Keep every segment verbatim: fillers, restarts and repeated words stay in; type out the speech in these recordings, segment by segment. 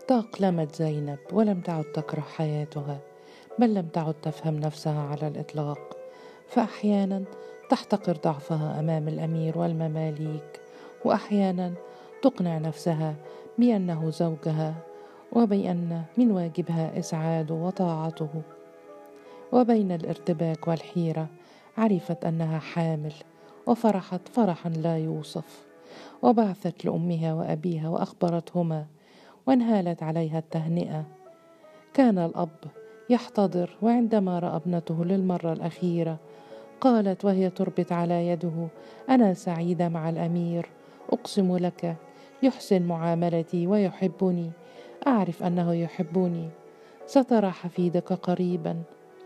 تأقلمت زينب ولم تعد تكره حياتها، بل لم تعد تفهم نفسها على الإطلاق، فأحيانا تحتقر ضعفها أمام الأمير والمماليك، وأحيانا تقنع نفسها بأنه زوجها وبأن من واجبها إسعاده وطاعته. وبين الارتباك والحيرة عرفت أنها حامل، وفرحت فرحا لا يوصف، وبعثت لأمها وأبيها وأخبرتهما، وانهالت عليها التهنئة. كان الأب يحتضر، وعندما رأى ابنته للمرة الأخيرة قالت وهي تربت على يده: أنا سعيدة مع الأمير، أقسم لك يحسن معاملتي ويحبني، أعرف أنه يحبني، سترى حفيدك قريبا.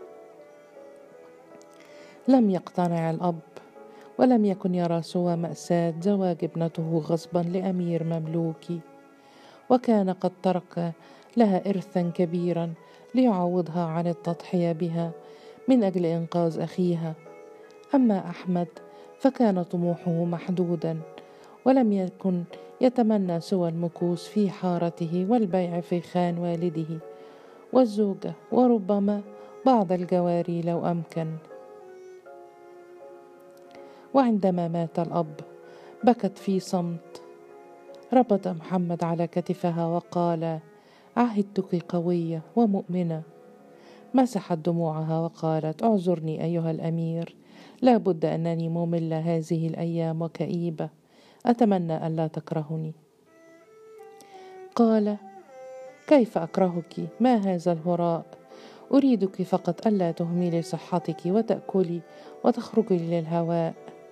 لم يقتنع الأب، ولم يكن يرى سوى مأساة زواج ابنته غصبا لأمير مملوكي، وكان قد ترك لها إرثا كبيرا ليعوضها عن التضحية بها من أجل إنقاذ أخيها. أما أحمد فكان طموحه محدودا، ولم يكن يتمنى سوى المكوس في حارته والبيع في خان والده والزوجة، وربما بعض الجواري لو أمكن. وعندما مات الأب بكت في صمت. ربط محمد على كتفها وقال: عهدتك قوية ومؤمنة. مسحت دموعها وقالت: اعذرني أيها الأمير، لا بد أنني مملة هذه الأيام وكئيبة، أتمنى ألا تكرهني. قال: كيف أكرهك؟ ما هذا الهراء؟ أريدك فقط ألا تهملي صحتك وتأكلي وتخرجي للهواء.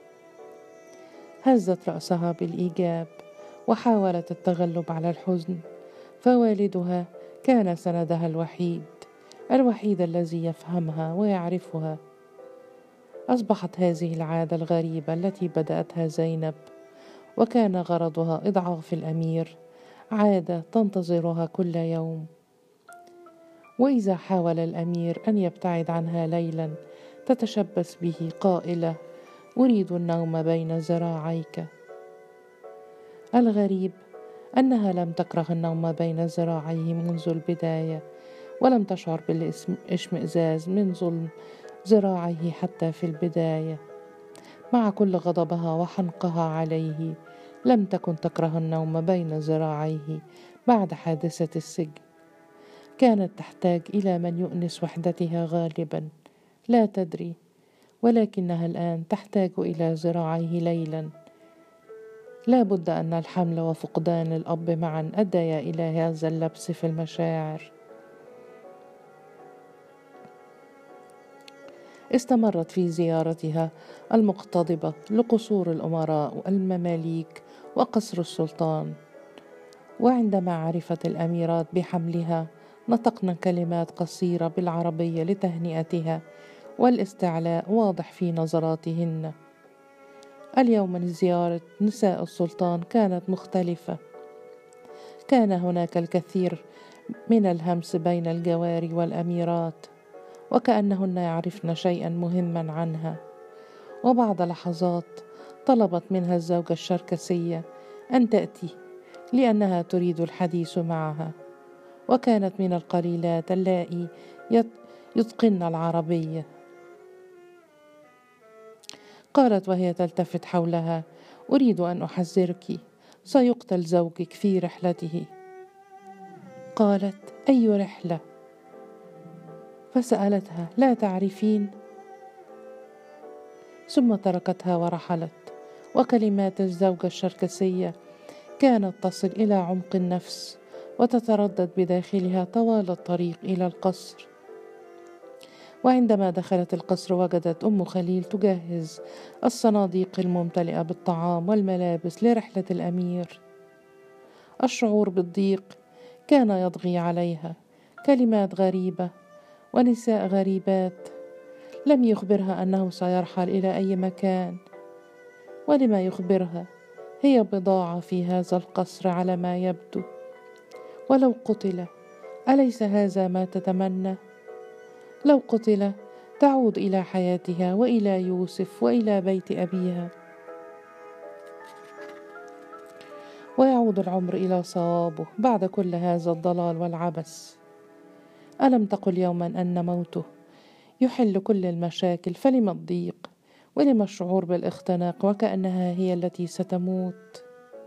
هزت رأسها بالإيجاب وحاولت التغلب على الحزن، فوالدها كان سندها الوحيد، الوحيد الذي يفهمها ويعرفها. أصبحت هذه العادة الغريبة التي بدأتها زينب، وكان غرضها إضعاف الأمير، عادة تنتظرها كل يوم. وإذا حاول الأمير أن يبتعد عنها ليلا تتشبث به قائلة: أريد النوم بين ذراعيك. الغريب أنها لم تكره النوم بين ذراعيه منذ البداية، ولم تشعر بالاشمئزاز من ظلم ذراعيه حتى في البداية. مع كل غضبها وحنقها عليه لم تكن تكره النوم بين ذراعيه بعد حادثة السجن. كانت تحتاج إلى من يؤنس وحدتها غالبا، لا تدري، ولكنها الآن تحتاج إلى ذراعيه ليلا. لا بد أن الحمل وفقدان الأب معا أديا إلى هذا اللبس في المشاعر. استمرت في زيارتها المقتضبة لقصور الأمراء والمماليك وقصر السلطان، وعندما عرفت الأميرات بحملها نطقن كلمات قصيرة بالعربية لتهنئتها، والاستعلاء واضح في نظراتهن. اليوم من زيارة نساء السلطان كانت مختلفة. كان هناك الكثير من الهمس بين الجواري والأميرات، وكأنهن يعرفن شيئا مهما عنها. وبعد لحظات طلبت منها الزوجة الشركسية أن تأتي لأنها تريد الحديث معها، وكانت من القليلات اللائي يتقن العربية. قالت وهي تلتفت حولها: أريد أن أحذرك، سيقتل زوجك في رحلته. قالت: أي رحلة؟ فسألتها: لا تعرفين؟ ثم تركتها ورحلت. وكلمات الزوجة الشركسية كانت تصل إلى عمق النفس وتتردد بداخلها طوال الطريق إلى القصر. وعندما دخلت القصر وجدت أم خليل تجهز الصناديق الممتلئة بالطعام والملابس لرحلة الأمير. الشعور بالضيق كان يضغي عليها، كلمات غريبة ونساء غريبات. لم يخبرها أنه سيرحل إلى أي مكان، ولما يخبرها؟ هي بضاعة في هذا القصر على ما يبدو. ولو قتل، أليس هذا ما تتمنى؟ لو قتل تعود إلى حياتها وإلى يوسف وإلى بيت أبيها. ويعود العمر إلى صوابه بعد كل هذا الضلال والعبث. ألم تقل يوما أن موته يحل كل المشاكل؟ فلم الضيق ولم الشعور بالاختناق وكأنها هي التي ستموت؟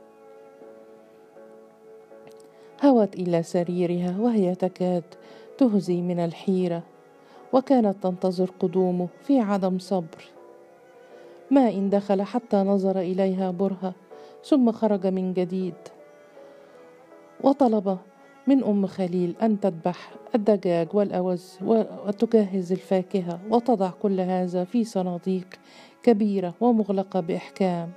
هوت إلى سريرها وهي تكاد تهزي من الحيرة، وكانت تنتظر قدومه في عدم صبر. ما إن دخل حتى نظر إليها برهة، ثم خرج من جديد وطلب من أم خليل أن تذبح الدجاج والأوز وتجهز الفاكهة وتضع كل هذا في صناديق كبيرة ومغلقة بإحكام.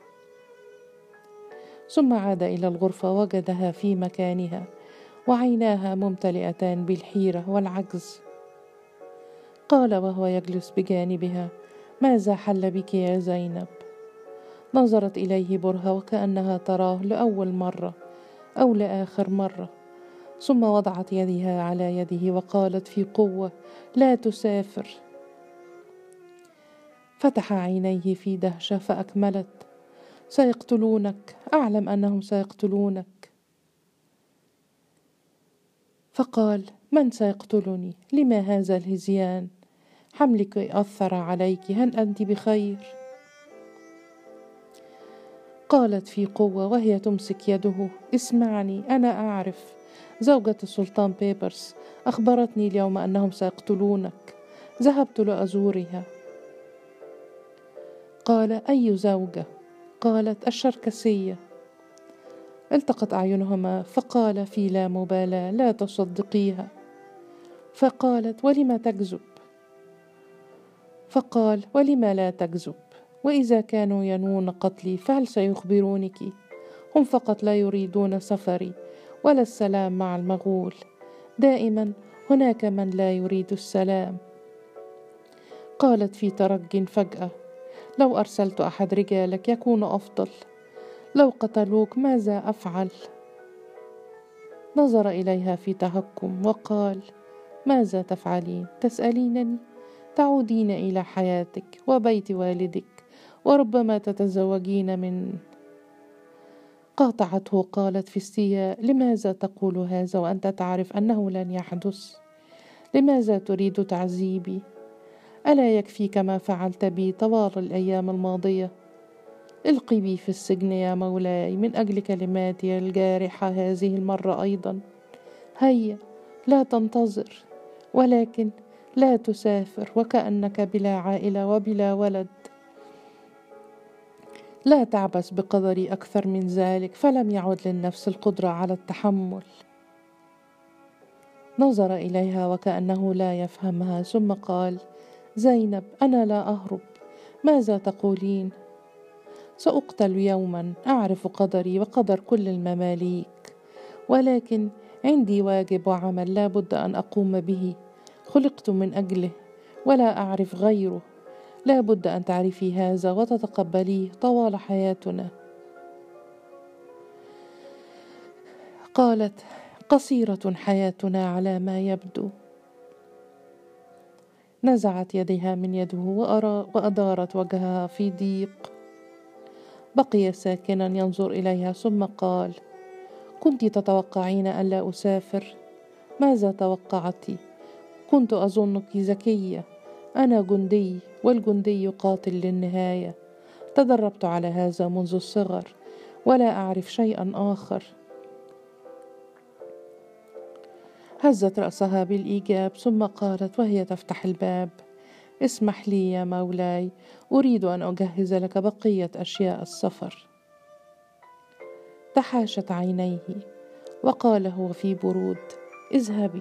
ثم عاد إلى الغرفة وجدها في مكانها وعيناها ممتلئتان بالحيرة والعجز. قال وهو يجلس بجانبها: ماذا حل بك يا زينب؟ نظرت إليه برهة وكأنها تراه لأول مرة أو لآخر مرة، ثم وضعت يدها على يده وقالت في قوة: لا تسافر. فتح عينيه في دهشة فأكملت: سيقتلونك، أعلم أنهم سيقتلونك. فقال: من سيقتلني؟ لما هذا الهزيان؟ حملك أثر عليك، هل أنت بخير؟ قالت في قوة وهي تمسك يده: اسمعني، أنا أعرف زوجة السلطان بيبرس أخبرتني اليوم أنهم سيقتلونك. ذهبت لأزورها. قال: أي زوجة؟ قالت: الشركسية. التقت أعينهما فقال في لا مبالاة: لا تصدقيها. فقالت: ولم تكذب؟ فقال: ولم لا تكذب؟ وإذا كانوا ينوون قتلي فهل سيخبرونك؟ هم فقط لا يريدون سفري ولا السلام مع المغول. دائما هناك من لا يريد السلام. قالت في ترج فجأة: لو أرسلت أحد رجالك يكون أفضل. لو قتلوك ماذا أفعل؟ نظر إليها في تهكم وقال: ماذا تفعلين؟ تسألينني؟ تعودين إلى حياتك وبيت والدك، وربما تتزوجين من... قاطعته قالت في استياء: لماذا تقول هذا وأنت تعرف أنه لن يحدث؟ لماذا تريد تعذيبي؟ ألا يكفيك ما فعلت بي طوال الأيام الماضية؟ القي بي في السجن يا مولاي من أجل كلماتي الجارحة هذه المرة أيضا. هيا، لا تنتظر، ولكن لا تسافر وكأنك بلا عائلة وبلا ولد. لا تعبث بقدري أكثر من ذلك. فلم يعد للنفس القدرة على التحمل. نظر إليها وكأنه لا يفهمها، ثم قال: زينب، أنا لا أهرب. ماذا تقولين؟ سأقتل يوما. أعرف قدري وقدر كل المماليك، ولكن عندي واجب وعمل لا بد أن أقوم به. خلقت من أجله ولا أعرف غيره. لا بد أن تعرفي هذا وتتقبليه طوال حياتنا. قالت: قصيرة حياتنا على ما يبدو. نزعت يدها من يده وأدارت وجهها في ضيق. بقي ساكنا ينظر إليها ثم قال: كنت تتوقعين أن لا أسافر؟ ماذا توقعت؟ كنت أظنك ذكية. أنا جندي، والجندي يقاتل للنهاية. تدربت على هذا منذ الصغر ولا أعرف شيئا آخر. هزت رأسها بالإيجاب ثم قالت وهي تفتح الباب: اسمح لي يا مولاي، أريد أن أجهز لك بقية أشياء السفر. تحاشت عينيه وقال هو في برود: اذهبي.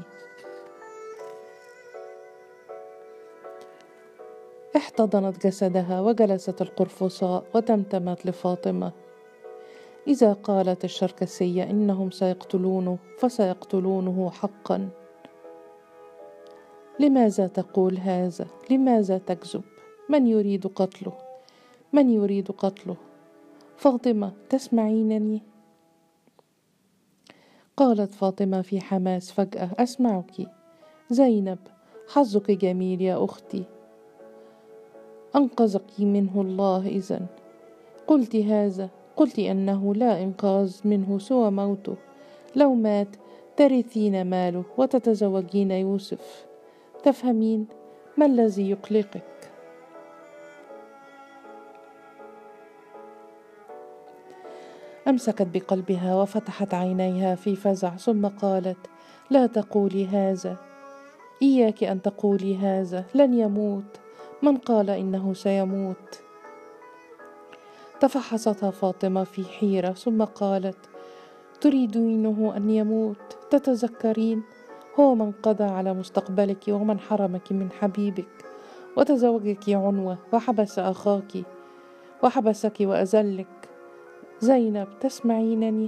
احتضنت جسدها وجلست القرفصاء وتمتمت لفاطمة: إذا قالت الشركسية إنهم سيقتلونه فسيقتلونه حقا. لماذا تقول هذا؟ لماذا تكذب؟ من يريد قتله؟ من يريد قتله؟ فاطمة، تسمعينني؟ قالت فاطمة في حماس فجأة: أسمعك زينب، حظك جميل يا أختي، أنقذك منه الله. إذن قلت هذا، قلت أنه لا إنقاذ منه سوى موته، لو مات ترثين ماله وتتزوجين يوسف. تفهمين ما الذي يقلقك؟ أمسكت بقلبها وفتحت عينيها في فزع، ثم قالت: لا تقولي هذا، إياك أن تقولي هذا، لن يموت. من قال إنه سيموت؟ تفحصتها فاطمة في حيرة، ثم قالت: تريدينه أن يموت؟ تتذكرين هو من قضى على مستقبلك ومن حرمك من حبيبك وتزوجك عنوة وحبس أخاك وحبسك وأذلك. زينب، تسمعينني؟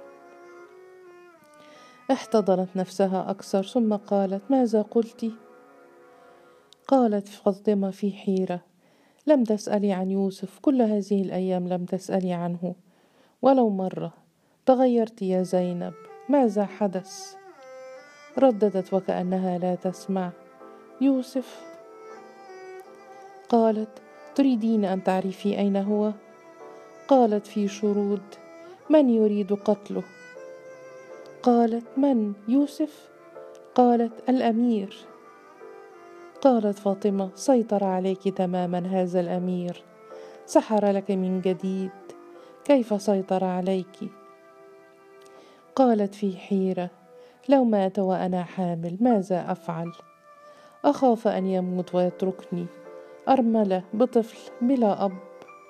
احتضنت نفسها أكثر ثم قالت: ماذا قلت؟ قالت فاطمة في حيرة: لم تسألي عن يوسف كل هذه الأيام، لم تسألي عنه ولو مرة. تغيرت يا زينب، ماذا حدث؟ رددت وكأنها لا تسمع: يوسف. قالت: تريدين أن تعرفي أين هو؟ قالت في شرود: من يريد قتله؟ قالت: من؟ يوسف؟ قالت: الأمير. قالت فاطمة: سيطر عليك تماما هذا الأمير، سحر لك من جديد، كيف سيطر عليك؟ قالت في حيرة: لو مات وأنا حامل ماذا أفعل؟ أخاف أن يموت ويتركني أرملة بطفل بلا أب.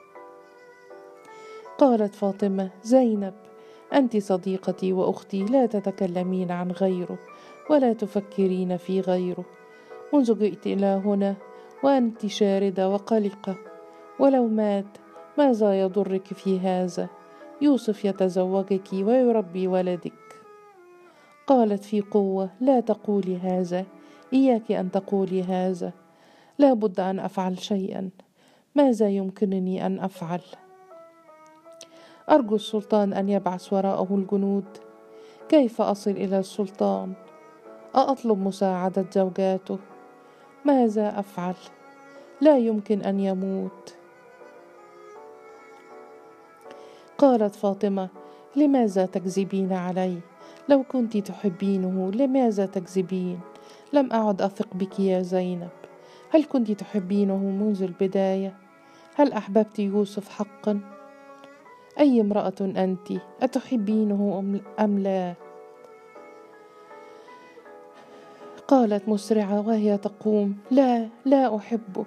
قالت فاطمة: زينب، أنت صديقتي وأختي، لا تتكلمين عن غيره ولا تفكرين في غيره. منذ جئت إلى هنا وأنت شاردة وقلقة، ولو مات ماذا يضرك في هذا؟ يوسف يتزوجك ويربي ولدك. قالت في قوة: لا تقولي هذا، إياك أن تقولي هذا، لا بد أن أفعل شيئا. ماذا يمكنني أن أفعل؟ أرجو السلطان أن يبعث وراءه الجنود. كيف أصل إلى السلطان؟ أطلب مساعدة زوجاته. ماذا أفعل؟ لا يمكن أن يموت. قالت فاطمة: لماذا تكذبين علي؟ لو كنت تحبينه لماذا تكذبين؟ لم أعد أثق بك يا زينب. هل كنت تحبينه منذ البداية؟ هل أحببت يوسف حقا؟ أي امرأة أنت؟ أتحبينه أم لا؟ قالت مسرعة وهي تقوم: لا لا أحبه.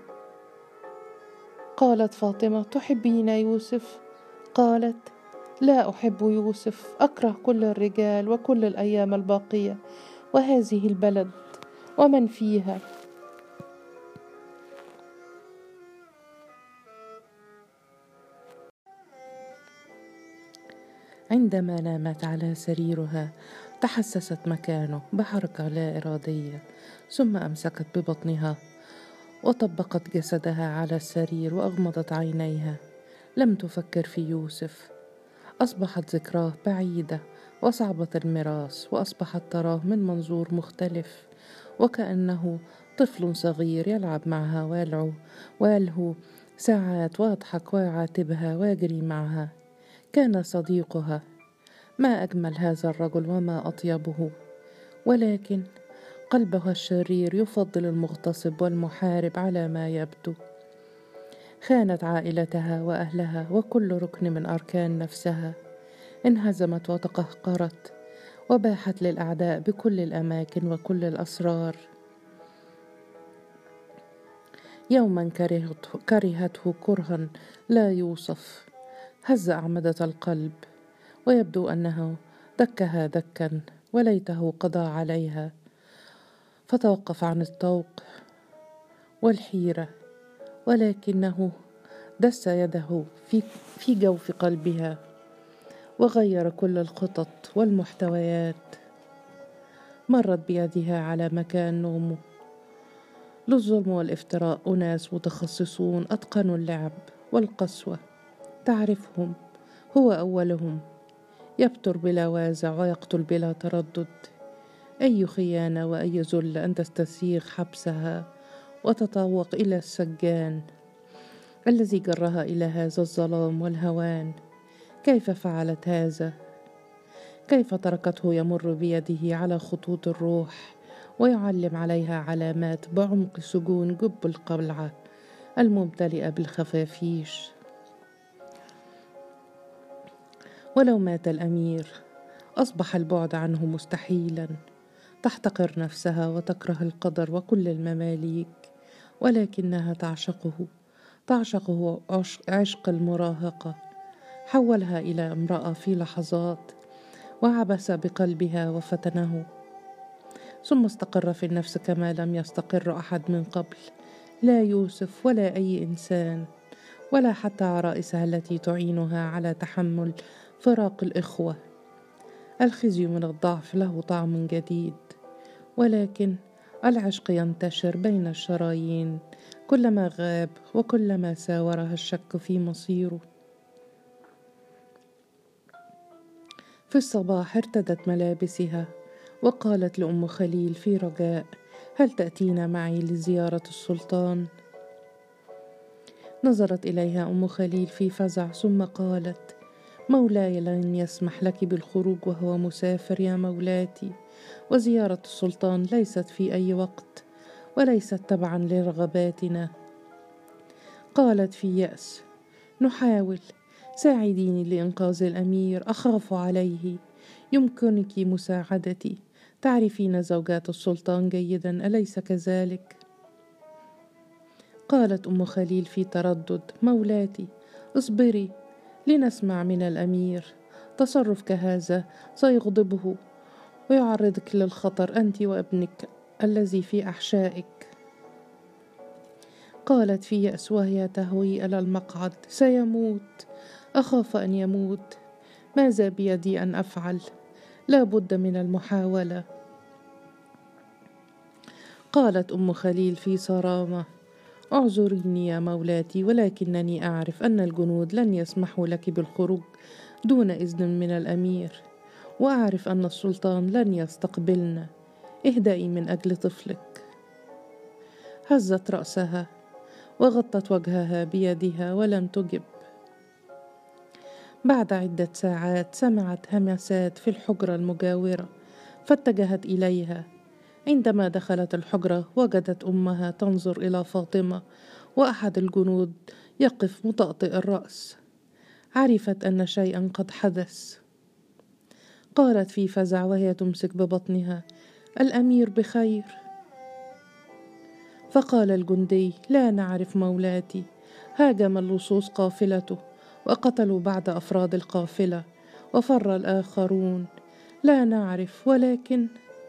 قالت فاطمة: تحبين يوسف؟ قالت: لا أحب يوسف، أكره كل الرجال وكل الأيام الباقية وهذه البلد ومن فيها. عندما نامت على سريرها تحسست مكانه بحركة لا إرادية، ثم أمسكت ببطنها وطبقت جسدها على السرير وأغمضت عينيها. لم تفكر في يوسف، أصبحت ذكراه بعيدة وصعبة المراس، وأصبحت تراه من منظور مختلف، وكأنه طفل صغير يلعب معها ويلعو ويلهو ساعات ويضحك ويعاتبها ويجري معها. كان صديقها. ما أجمل هذا الرجل وما أطيبه، ولكن قلبها الشرير يفضل المغتصب والمحارب على ما يبدو. خانت عائلتها وأهلها وكل ركن من أركان نفسها، انهزمت وتقهقرت وباحت للأعداء بكل الأماكن وكل الأسرار. يوما كرهته, كرهته كرها لا يوصف، هز أعمدة القلب، ويبدو أنه دكها دكا وليته قضى عليها، فتوقف عن الطوق والحيرة، ولكنه دس يده في, في جوف قلبها وغير كل الخطط والمحتويات. مرت بيدها على مكان نومه. للظلم والافتراء أناس متخصصون أتقنوا اللعب والقسوة، تعرفهم، هو أولهم. يبتر بلا وازع ويقتل بلا تردد. أي خيانة وأي ذل أن تستسيغ حبسها وتطوق إلى السجان الذي جرها إلى هذا الظلام والهوان. كيف فعلت هذا؟ كيف تركته يمر بيده على خطوط الروح ويعلم عليها علامات بعمق سجون جب القلعة الممتلئة بالخفافيش؟ ولو مات الأمير أصبح البعد عنه مستحيلا. تحتقر نفسها وتكره القدر وكل المماليك، ولكنها تعشقه تعشقه عشق المراهقة. حولها إلى امرأة في لحظات، وعبس بقلبها وفتنه، ثم استقر في النفس كما لم يستقر أحد من قبل، لا يوسف ولا أي إنسان، ولا حتى عرائسها التي تعينها على تحمل فراق الإخوة. الخزي من الضعف له طعم جديد، ولكن العشق ينتشر بين الشرايين كلما غاب وكلما ساورها الشك في مصيره. في الصباح ارتدت ملابسها وقالت لأم خليل في رجاء: هل تأتين معي لزيارة السلطان؟ نظرت إليها أم خليل في فزع ثم قالت: مولاي لن يسمح لك بالخروج وهو مسافر يا مولاتي، وزيارة السلطان ليست في أي وقت وليست تبعا لرغباتنا. قالت في يأس: نحاول، ساعديني لإنقاذ الأمير، أخاف عليه، يمكنك مساعدتي، تعرفين زوجات السلطان جيدا أليس كذلك؟ قالت أم خليل في تردد: مولاتي اصبري لنسمع من الأمير، تصرف كهذا سيغضبه ويعرضك للخطر أنت وابنك الذي في أحشائك. قالت في يأس وهي تهوي إلى المقعد: سيموت، أخاف أن يموت، ماذا بيدي أن أفعل؟ لا بد من المحاولة. قالت أم خليل في صرامة: اعذريني يا مولاتي، ولكنني أعرف أن الجنود لن يسمحوا لك بالخروج دون إذن من الأمير، وأعرف أن السلطان لن يستقبلنا، اهدئي من أجل طفلك. هزت رأسها وغطت وجهها بيدها ولم تجب. بعد عدة ساعات سمعت همسات في الحجرة المجاورة، فاتجهت إليها. عندما دخلت الحجرة وجدت أمها تنظر إلى فاطمة وأحد الجنود يقف مطأطئ الرأس. عرفت أن شيئا قد حدث. قالت في فزع وهي تمسك ببطنها: الأمير بخير؟ فقال الجندي: لا نعرف مولاتي، هاجم اللصوص قافلته وقتلوا بعض أفراد القافلة وفر الآخرون، لا نعرف، ولكن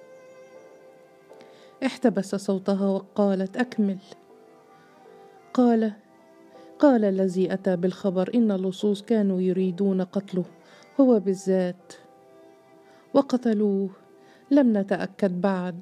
احتبس صوتها وقالت: أكمل. قال قال الذي أتى بالخبر إن اللصوص كانوا يريدون قتله هو بالذات وقتلوه، لم نتأكد بعد.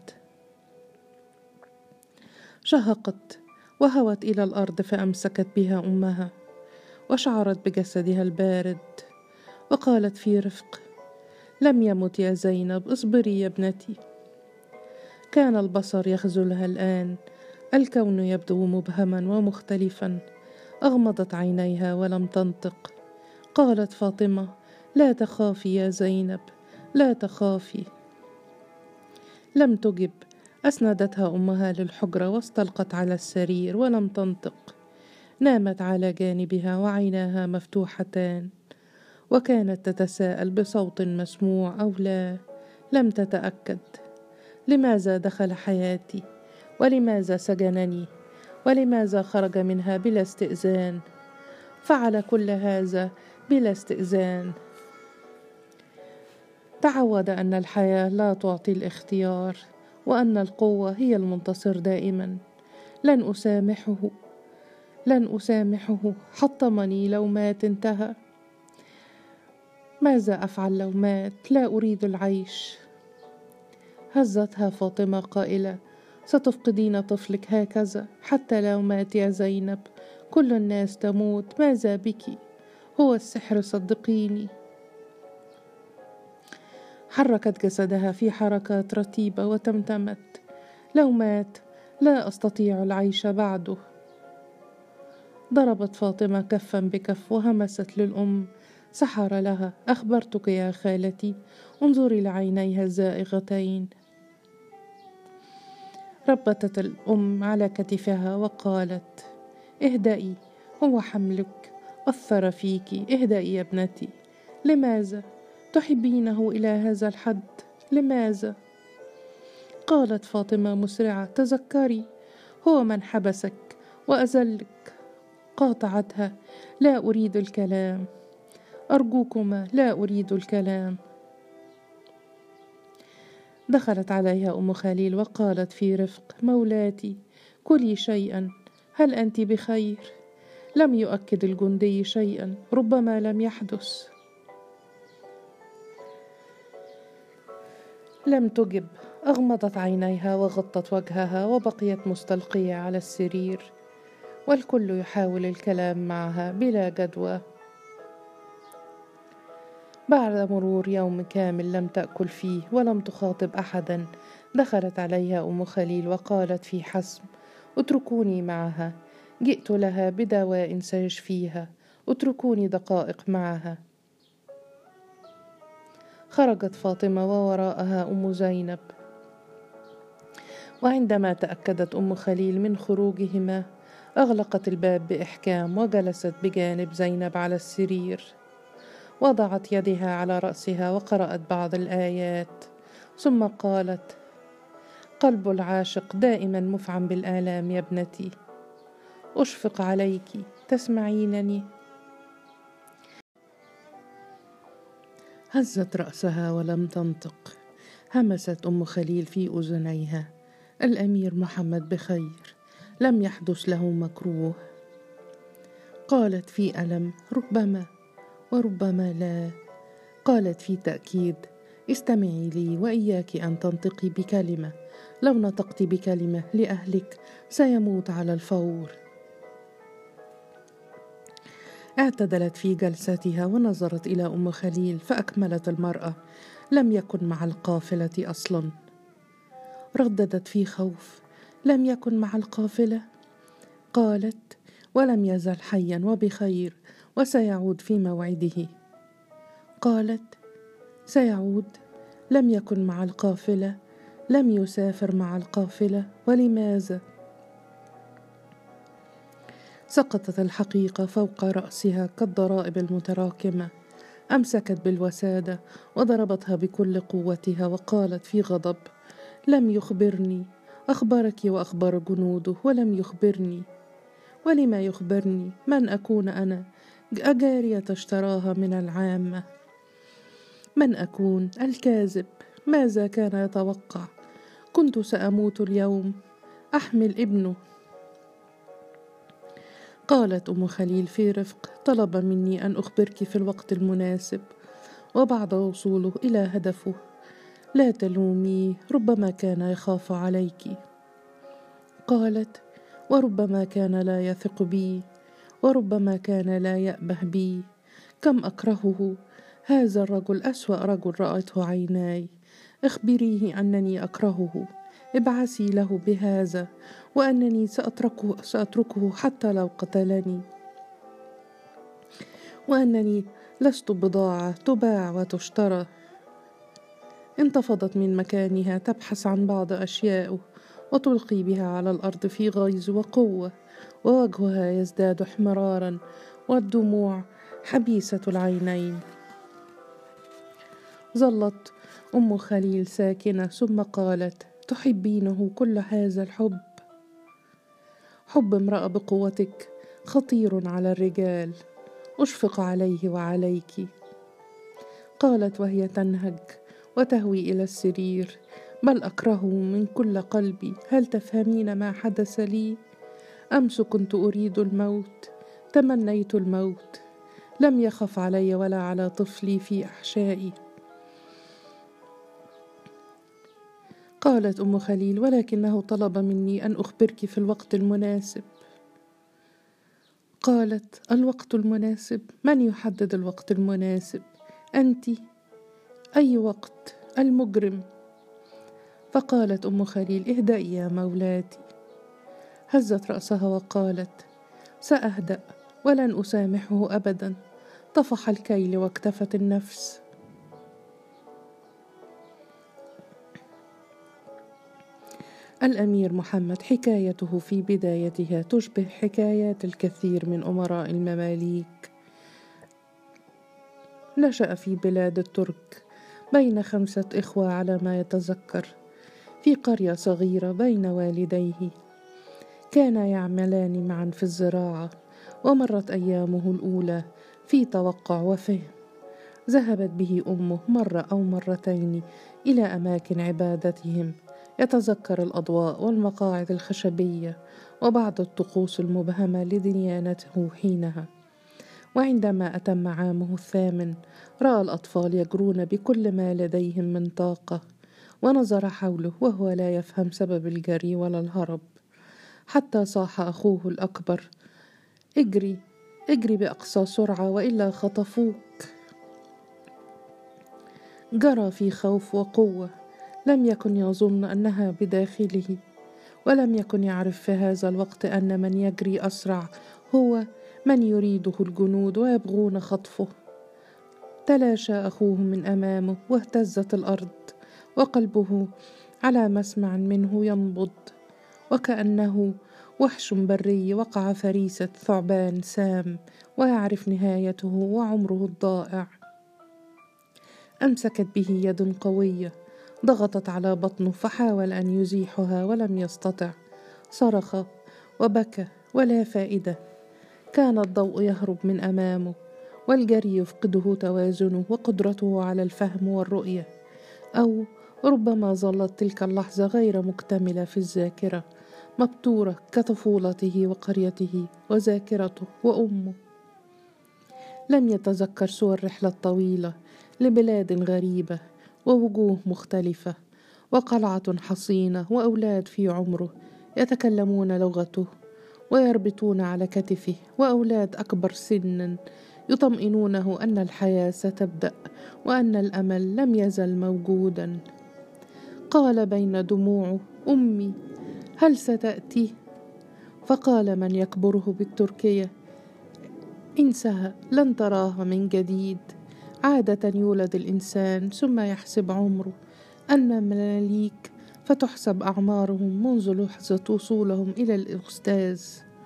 شهقت وهوت إلى الأرض فأمسكت بها أمها وشعرت بجسدها البارد، وقالت في رفق: لم يمت يا زينب، اصبري يا ابنتي. كان البصر يخذلها الآن، الكون يبدو مبهما ومختلفا. أغمضت عينيها ولم تنطق. قالت فاطمة: لا تخافي يا زينب، لا تخافي. لم تجب. أسندتها أمها للحجرة واستلقت على السرير ولم تنطق. نامت على جانبها وعيناها مفتوحتان، وكانت تتساءل بصوت مسموع أو لا، لم تتأكد. لماذا دخل حياتي؟ ولماذا سجنني؟ ولماذا خرج منها بلا استئذان؟ فعل كل هذا بلا استئذان. تعود أن الحياة لا تعطي الاختيار، وأن القوة هي المنتصر دائما. لن أسامحه، لن أسامحه، حطمني، لو مات انتهى. ماذا أفعل لو مات؟ لا أريد العيش. هزتها فاطمة قائلة: ستفقدين طفلك هكذا حتى لو مات يا زينب، كل الناس تموت، ماذا بك؟ هو السحر، صدقيني. حركت جسدها في حركات رتيبة وتمتمت: لو مات لا أستطيع العيش بعده. ضربت فاطمة كفا بكف وهمست للأم: سحر لها. أخبرتك يا خالتي، انظري لعينيها الزائغتين. ربتت الأم على كتفها وقالت: اهدئي، هو حملك أثر فيك، اهدئي يا ابنتي. لماذا تحبينه إلى هذا الحد؟ لماذا؟ قالت فاطمة مسرعة: تذكري، هو من حبسك وأذلك. قاطعتها: لا أريد الكلام، أرجوكما لا أريد الكلام. دخلت عليها أم خليل وقالت في رفق: مولاتي، كلي شيئا، هل أنت بخير؟ لم يؤكد الجندي شيئا، ربما لم يحدث. لم تجب، أغمضت عينيها وغطت وجهها وبقيت مستلقية على السرير، والكل يحاول الكلام معها بلا جدوى. بعد مرور يوم كامل لم تأكل فيه ولم تخاطب أحدا، دخلت عليها أم خليل وقالت في حسم: اتركوني معها، جئت لها بدواء سيشفيها، اتركوني دقائق معها. خرجت فاطمة ووراءها أم زينب، وعندما تأكدت أم خليل من خروجهما أغلقت الباب بإحكام وجلست بجانب زينب على السرير، وضعت يدها على رأسها وقرأت بعض الآيات، ثم قالت: قلب العاشق دائما مفعم بالآلام يا ابنتي، أشفق عليك، تسمعينني؟ هزت رأسها ولم تنطق. همست أم خليل في أذنيها: الأمير محمد بخير، لم يحدث له مكروه. قالت في ألم: ربما وربما لا. قالت في تأكيد: استمعي لي وإياك أن تنطقي بكلمة، لو نطقت بكلمة لأهلك سيموت على الفور. اعتدلت في جلستها ونظرت إلى أم خليل فأكملت المرأة: لم يكن مع القافلة أصلا. رددت في خوف: لم يكن مع القافلة؟ قالت: ولم يزل حيا وبخير وسيعود في موعده. قالت: سيعود؟ لم يكن مع القافلة؟ لم يسافر مع القافلة؟ ولماذا؟ سقطت الحقيقة فوق رأسها كالضرائب المتراكمة. أمسكت بالوسادة وضربتها بكل قوتها وقالت في غضب: لم يخبرني، أخبرك وأخبر جنوده ولم يخبرني. ولما يخبرني؟ من أكون أنا؟ أجارية اشتراها من العامة. من أكون؟ الكاذب. ماذا كان يتوقع؟ كنت سأموت اليوم، أحمل ابنه. قالت أم خليل في رفق: طلب مني أن أخبرك في الوقت المناسب وبعد وصوله إلى هدفه. لا تلومي، ربما كان يخاف عليك. قالت: وربما كان لا يثق بي، وربما كان لا يأبه بي. كم أكرهه، هذا الرجل أسوأ رجل رأته عيناي. اخبريه أنني أكرهه، ابعثي له بهذا، وأنني سأتركه, سأتركه حتى لو قتلني، وأنني لست بضاعة تباع وتشترى. انتفضت من مكانها تبحث عن بعض أشيائه وتلقي بها على الأرض في غيظ وقوة، ووجهها يزداد احمرارا والدموع حبيسة العينين. ظلت أم خليل ساكنة ثم قالت: تحبينه كل هذا الحب؟ حب امرأة بقوتك خطير على الرجال، أشفق عليه وعليك. قالت وهي تنهج وتهوي إلى السرير: بل أكرهه من كل قلبي. هل تفهمين ما حدث لي؟ أمس كنت أريد الموت، تمنيت الموت، لم يخف علي ولا على طفلي في أحشائي. قالت أم خليل: ولكنه طلب مني أن أخبرك في الوقت المناسب. قالت: الوقت المناسب؟ من يحدد الوقت المناسب؟ أنت؟ أي وقت؟ المجرم. فقالت أم خليل: اهدئي يا مولاتي. هزت رأسها وقالت: سأهدأ ولن أسامحه أبدا، طفح الكيل واكتفت النفس. الأمير محمد حكايته في بدايتها تشبه حكايات الكثير من أمراء المماليك. نشأ في بلاد الترك بين خمسة إخوة على ما يتذكر، في قرية صغيرة بين والديه، كانا يعملان معا في الزراعة. ومرت أيامه الأولى في توقع وفهم. ذهبت به أمه مرة أو مرتين إلى أماكن عبادتهم، يتذكر الأضواء والمقاعد الخشبية وبعض الطقوس المبهمة لديانته حينها. وعندما أتم عامه الثامن رأى الأطفال يجرون بكل ما لديهم من طاقة، ونظر حوله وهو لا يفهم سبب الجري ولا الهرب، حتى صاح أخوه الأكبر: اجري اجري بأقصى سرعة وإلا خطفوك. جرى في خوف وقوة، لم يكن يظن أنها بداخله، ولم يكن يعرف في هذا الوقت أن من يجري أسرع هو من يريده الجنود ويبغون خطفه. تلاشى أخوه من أمامه واهتزت الأرض، وقلبه على مسمع منه ينبض، وكأنه وحش بري وقع فريسة ثعبان سام ويعرف نهايته وعمره الضائع. أمسكت به يد قوية، ضغطت على بطنه فحاول أن يزيحها ولم يستطع. صرخ وبكى ولا فائدة، كان الضوء يهرب من أمامه، والجري يفقده توازنه وقدرته على الفهم والرؤية، أو ربما ظلت تلك اللحظة غير مكتملة في الذاكرة، مبتورة كطفولته وقريته وذاكرته وأمه. لم يتذكر سوى الرحلة الطويلة لبلاد غريبة ووجوه مختلفة وقلعة حصينة وأولاد في عمره يتكلمون لغته ويربطون على كتفه، وأولاد أكبر سنا يطمئنونه أن الحياة ستبدأ وأن الأمل لم يزل موجودا. قال بين دموعه: أمي هل ستأتي؟ فقال من يكبره بالتركية: انسها، لن تراها من جديد. عادة يولد الإنسان ثم يحسب عمره، أما المماليك فتحسب أعمارهم منذ لحظة وصولهم إلى الأستاذ.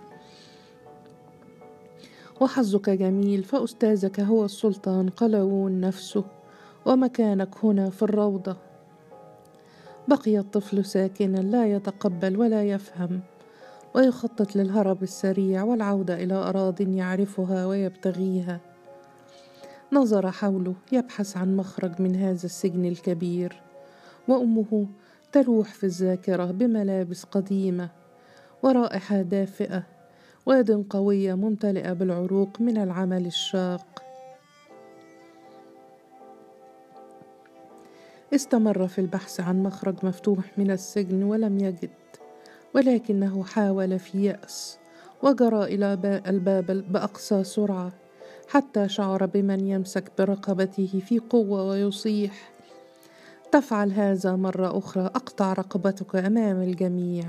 وحظك جميل، فأستاذك هو السلطان قلاوون نفسه، ومكانك هنا في الروضة. بقي الطفل ساكنا لا يتقبل ولا يفهم، ويخطط للهرب السريع والعودة إلى أراضٍ يعرفها ويبتغيها. نظر حوله يبحث عن مخرج من هذا السجن الكبير، وأمه تلوح في الذاكرة بملابس قديمة ورائحة دافئة ويد قوية ممتلئة بالعروق من العمل الشاق. استمر في البحث عن مخرج مفتوح من السجن ولم يجد، ولكنه حاول في يأس وجرى إلى الباب بأقصى سرعة، حتى شعر بمن يمسك برقبته في قوة ويصيح: تفعل هذا مرة أخرى أقطع رقبتك أمام الجميع.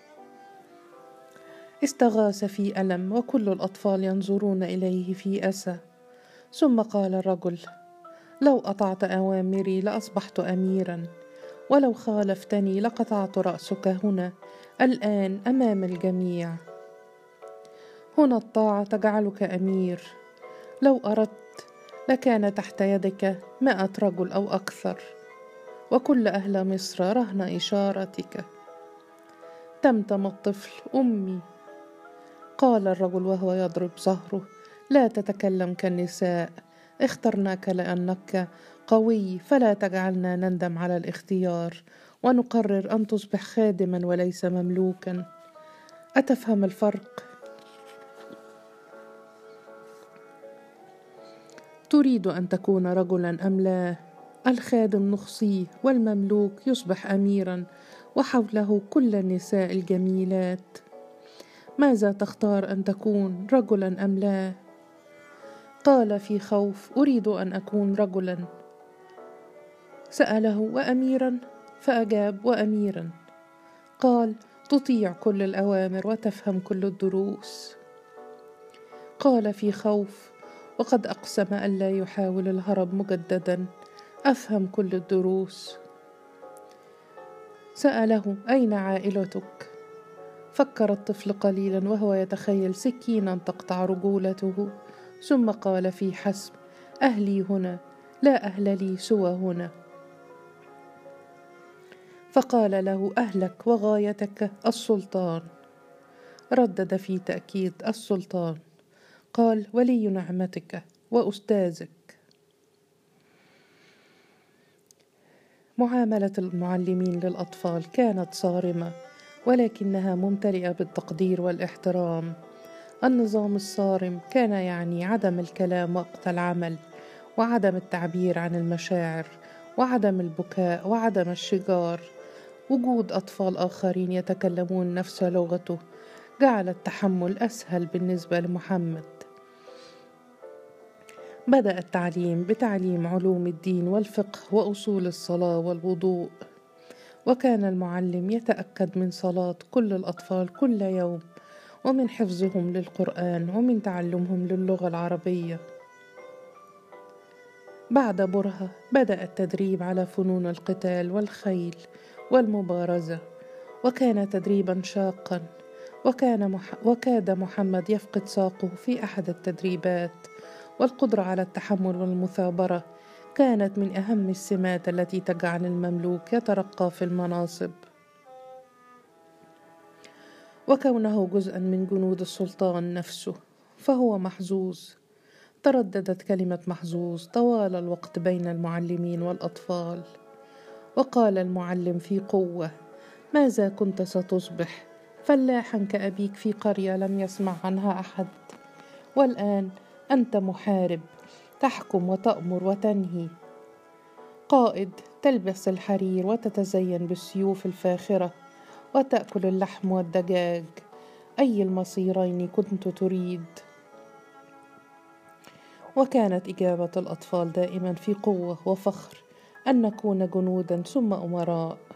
استغاث في ألم وكل الأطفال ينظرون إليه في أسى. ثم قال الرجل: لو أطعت أوامري لأصبحت أميرا، ولو خالفتني لقطعت رأسك هنا الآن أمام الجميع. هنا الطاعة تجعلك أمير، لو أردت لكان تحت يدك مائة رجل أو أكثر، وكل أهل مصر رهن إشارتك. تمتم الطفل: أمي. قال الرجل وهو يضرب ظهره: لا تتكلم كالنساء، اخترناك لأنك قوي، فلا تجعلنا نندم على الاختيار ونقرر أن تصبح خادما وليس مملوكا. أتفهم الفرق؟ تريد أن تكون رجلا أم لا؟ الخادم نخصيه والمملوك يصبح أميرا وحوله كل النساء الجميلات. ماذا تختار أن تكون، رجلا أم لا؟ قال في خوف: أريد أن أكون رجلا. سأله: وأميرا؟ فأجاب: وأميرا. قال: تطيع كل الأوامر وتفهم كل الدروس. قال في خوف: وقد أقسم ألا يحاول الهرب مجددا. أفهم كل الدروس. سأله: أين عائلتك؟ فكر الطفل قليلا وهو يتخيل سكينا تقطع رجولته، ثم قال في حسم: أهلي هنا، لا أهل لي سوى هنا. فقال له: أهلك وغايتك السلطان. ردد في تأكيد: السلطان. قال: ولي نعمتك وأستاذك. معاملة المعلمين للأطفال كانت صارمة، ولكنها ممتلئة بالتقدير والاحترام. النظام الصارم كان يعني عدم الكلام وقت العمل، وعدم التعبير عن المشاعر، وعدم البكاء، وعدم الشجار. وجود أطفال آخرين يتكلمون نفس لغته جعل التحمل أسهل بالنسبة لمحمد. بدأ التعليم بتعليم علوم الدين والفقه وأصول الصلاة والوضوء، وكان المعلم يتأكد من صلاة كل الأطفال كل يوم، ومن حفظهم للقرآن، ومن تعلمهم للغة العربية. بعد برهة بدأ التدريب على فنون القتال والخيل والمبارزة، وكان تدريبا شاقا، وكان مح... وكاد محمد يفقد ساقه في أحد التدريبات. والقدرة على التحمل والمثابرة كانت من أهم السمات التي تجعل المملوك يترقى في المناصب. وكونه جزءا من جنود السلطان نفسه فهو محظوظ. ترددت كلمة محظوظ طوال الوقت بين المعلمين والأطفال. وقال المعلم في قوة: ماذا كنت ستصبح؟ فلاحا كأبيك في قرية لم يسمع عنها أحد، والآن أنت محارب، تحكم وتأمر وتنهي، قائد، تلبس الحرير وتتزين بالسيوف الفاخرة، وتأكل اللحم والدجاج. أي المصيرين كنت تريد؟ وكانت إجابة الأطفال دائما في قوة وفخر: أن نكون جنودا ثم أمراء.